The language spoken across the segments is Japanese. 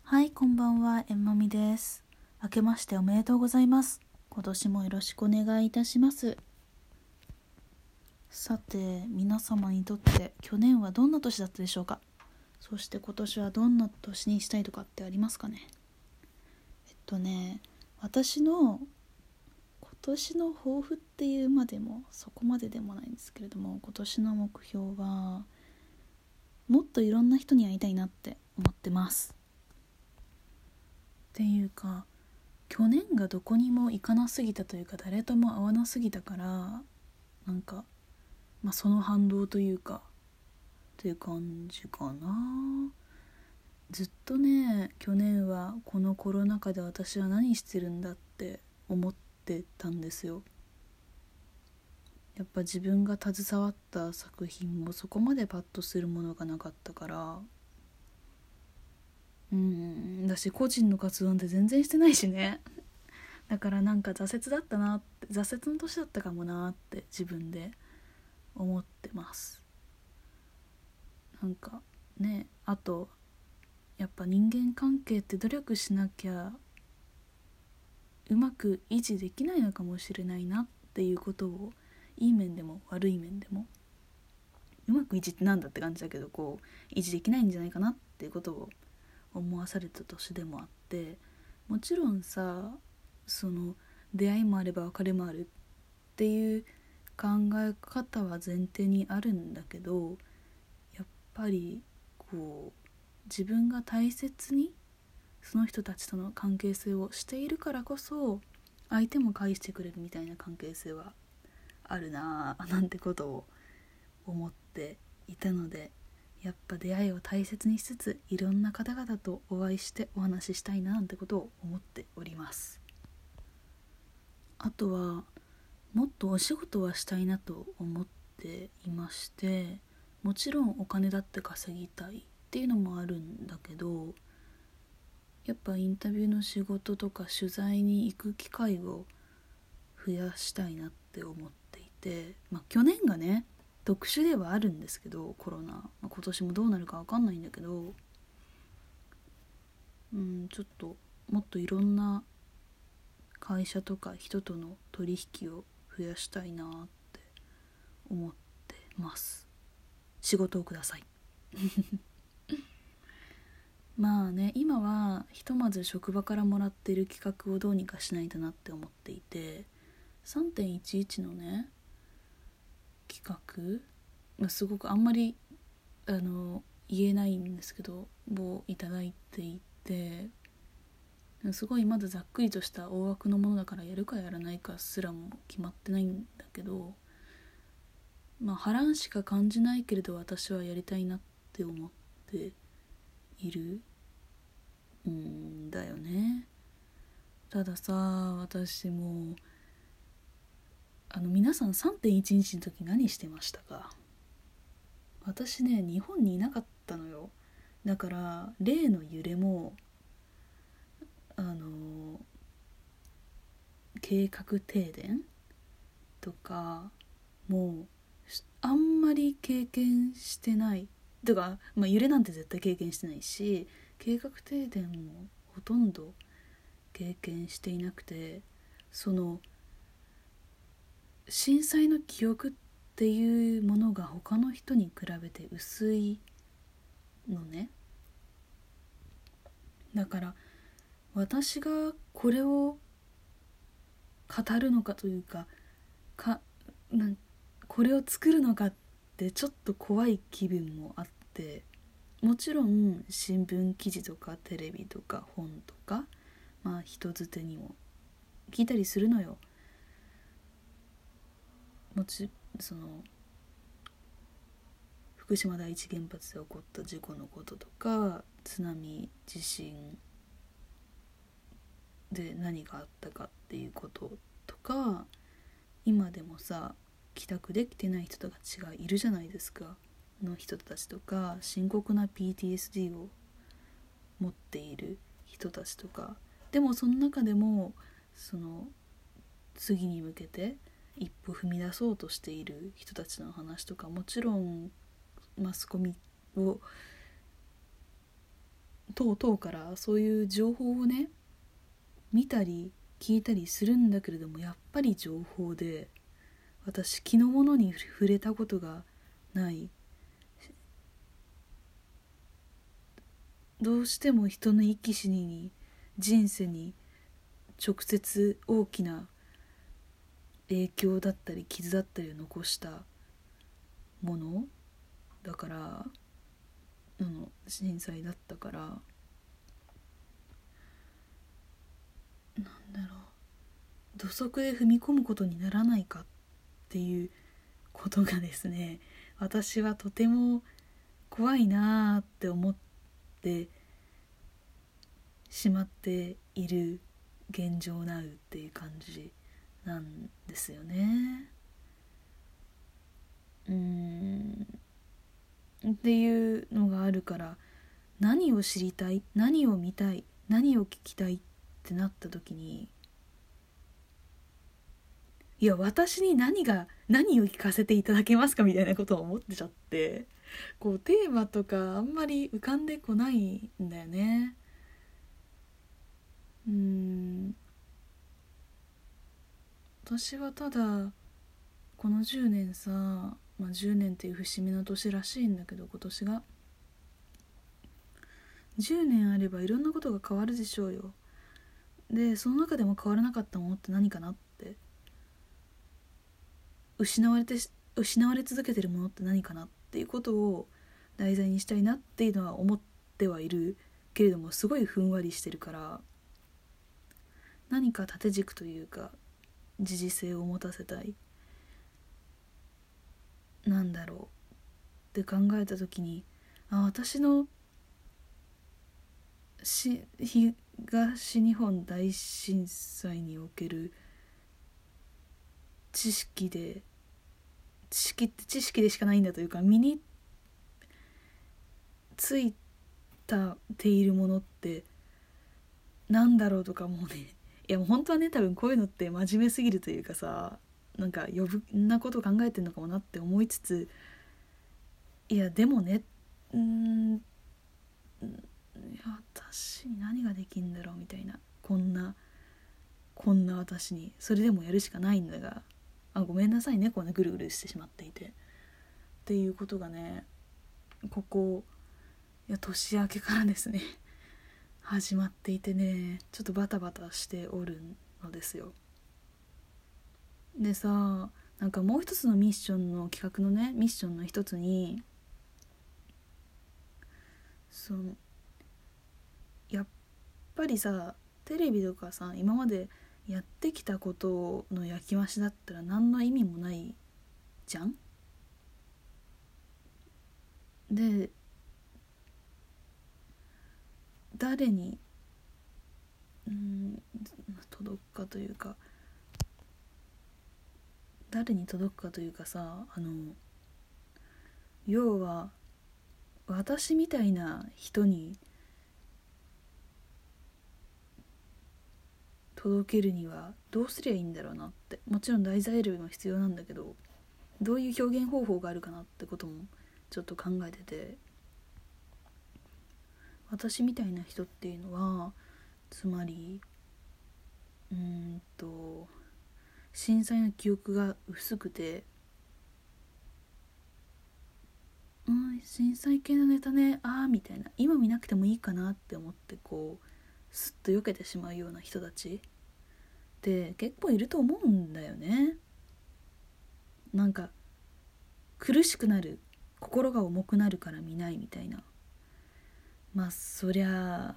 はい、こんばんは、えんまみです。明けましておめでとうございます。今年もよろしくお願いいたします。さて、皆様にとって去年はどんな年だったでしょうか。そして今年はどんな年にしたいとかってありますかね。私の今年の抱負っていうまでもそこまででもないんですけれども、今年の目標はもっといろんな人に会いたいなって思ってます。っていうか、去年がどこにも行かなすぎたというか、誰とも会わなすぎたから、なんか、その反動というかっていう感じかな。ずっとね、去年はこのコロナ禍で私は何してるんだって思ってたんですよ。やっぱ自分が携わった作品もそこまでパッとするものがなかったから、だし個人の活動って全然してないしね。だからなんか挫折だったなって、挫折の年だったかもなって自分で思ってます。なんかね、あとやっぱ人間関係って努力しなきゃうまく維持できないのかもしれないなっていうことを、いい面でも悪い面でも、うまく維持ってなんだって感じだけど、こう維持できないんじゃないかなっていうことを思わされた年でもあって、もちろんさ、その出会いもあれば別れもあるっていう考え方は前提にあるんだけど、やっぱりこう自分が大切にその人たちとの関係性をしているからこそ、相手も返してくれるみたいな関係性はあるなぁなんてことを思っていたので、やっぱ出会いを大切にしつつ、いろんな方々とお会いしてお話ししたいななんてことを思っております。あとはもっとお仕事はしたいなと思っていまして、もちろんお金だって稼ぎたいっていうのもあるんだけど、やっぱインタビューの仕事とか取材に行く機会を増やしたいなって思っていて、去年がね特殊ではあるんですけど、コロナ、今年もどうなるか分かんないんだけど、ちょっともっといろんな会社とか人との取引を増やしたいなって思ってます。仕事をください。まあね、今はひとまず職場からもらっている企画をどうにかしないとなって思っていて、3.11 のね企画、すごくあんまり言えないんですけどをいただいていて、すごいまだざっくりとした大枠のものだから、やるかやらないかすらも決まってないんだけど、波乱しか感じないけれど私はやりたいなって思っているんだよね。たださ、私も皆さん3.11の時何してましたか？私ね、日本にいなかったのよ。だから例の揺れも計画停電とかもうあんまり経験してないとか、揺れなんて絶対経験してないし、計画停電もほとんど経験していなくて、その震災の記憶っていうものが他の人に比べて薄いのね。だから私がこれを語るのかというか、これを作るのかってちょっと怖い気分もあって、もちろん新聞記事とかテレビとか本とか、人づてにも聞いたりするのよ。その福島第一原発で起こった事故のこととか、津波地震で何があったかっていうこととか、今でもさ帰宅できてない人たちがいるじゃないですかの人たちとか、深刻な PTSD を持っている人たちとか、でもその中でもその次に向けて一歩踏み出そうとしている人たちの話とか、もちろんマスコミを等々からそういう情報をね見たり聞いたりするんだけれども、やっぱり情報で私気のものに触れたことがない。どうしても人の生き死に人生に直接大きな影響だったり傷だったりを残したものだから震災だったから、なんだろう、土足で踏み込むことにならないかっていうことがですね、私はとても怖いなって思ってしまっている現状なうっていう感じなんですよね。っていうのがあるから、何を知りたい、何を見たい、何を聞きたいってなった時に、いや私に何を聞かせていただけますかみたいなことを思ってちゃって、こうテーマとかあんまり浮かんでこないんだよね。私はただこの10年さ、10年っていう節目の年らしいんだけど、今年が10年あればいろんなことが変わるでしょうよ。でその中でも変わらなかったものって何かなって、失われ続けてるものって何かなっていうことを題材にしたいなっていうのは思ってはいるけれども、すごいふんわりしてるから、何か縦軸というか時事性を持たせたい、なんだろうって考えた時に、私の東日本大震災における知識って知識でしかないんだというか、身についているものってなんだろうとか、もうね、いやもう本当はね、多分こういうのって真面目すぎるというかさ、なんか余分なことを考えてんのかもなって思いつつ、いやでもね、いや私に何ができんだろうみたいな、こんな私にそれでもやるしかないんだが、ごめんなさいね、こんなぐるぐるしてしまっていてっていうことがね、年明けからですね始まっていてね、ちょっとバタバタしておるのですよ。でさ、なんかもう一つのミッションの企画のね、ミッションの一つに、やっぱりさ、テレビとかさ、今までやってきたことの焼き増しだったら何の意味もないじゃん。で誰に届くかというか、さ、要は私みたいな人に届けるにはどうすりゃいいんだろうなって、もちろん題材料も必要なんだけど、どういう表現方法があるかなってこともちょっと考えてて、私みたいな人っていうのはつまり震災の記憶が薄くて、震災系のネタね、みたいな、今見なくてもいいかなって思ってこうスッと避けてしまうような人たちって結構いると思うんだよね。なんか苦しくなる、心が重くなるから見ないみたいな。そりゃ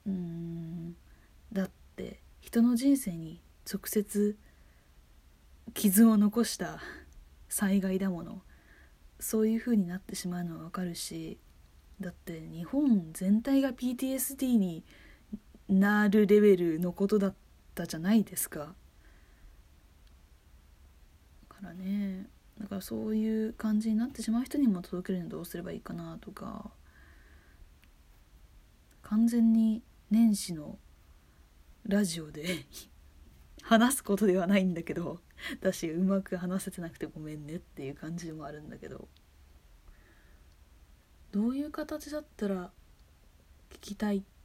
だって人の人生に直接傷を残した災害だもの、そういう風になってしまうのはわかるし、だって日本全体が PTSD になるレベルのことだったじゃないですか。からね、だからそういう感じになってしまう人にも届けるにはどうすればいいかなとか、完全に年始のラジオで話すことではないんだけど、私うまく話せてなくてごめんねっていう感じでもあるんだけど、どういう形だったら聞きたいっ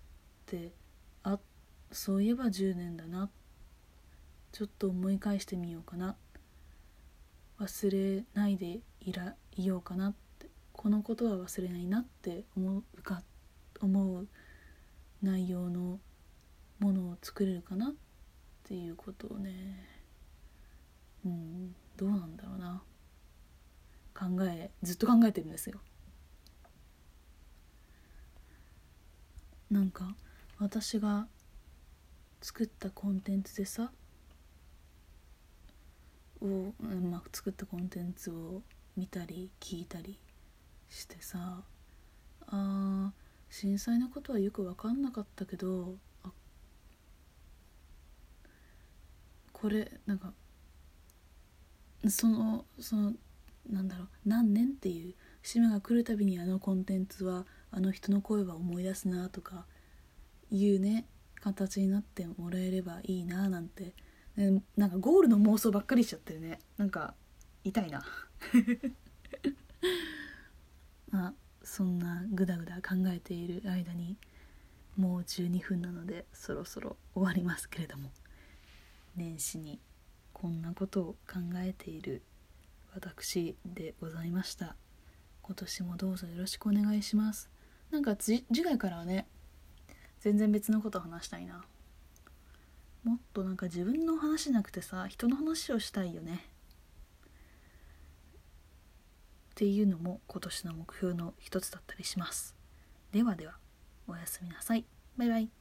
て、あ、そういえば10年だな、ちょっと思い返してみようかな、忘れないでいようかなって、このことは忘れないなって思う内容のものを作れるかなっていうことをね、どうなんだろうな、ずっと考えてるんですよ。なんか私が作ったコンテンツでさ作ったコンテンツを見たり聞いたりしてさ、震災のことはよく分かんなかったけど、これなんかなんだろう、何年っていう節目が来るたびにあのコンテンツはあの人の声は思い出すなとかいうね、形になってもらえればいいななんて、なんかゴールの妄想ばっかりしちゃってるね。なんか痛いなそんなぐだぐだ考えている間にもう12分なのでそろそろ終わりますけれども、年始にこんなことを考えている私でございました。今年もどうぞよろしくお願いします。なんか次回からはね、全然別のことを話したいな。もっとなんか自分の話じゃなくてさ、人の話をしたいよねっていうのも今年の目標の一つだったりします。ではでは、おやすみなさい。バイバイ。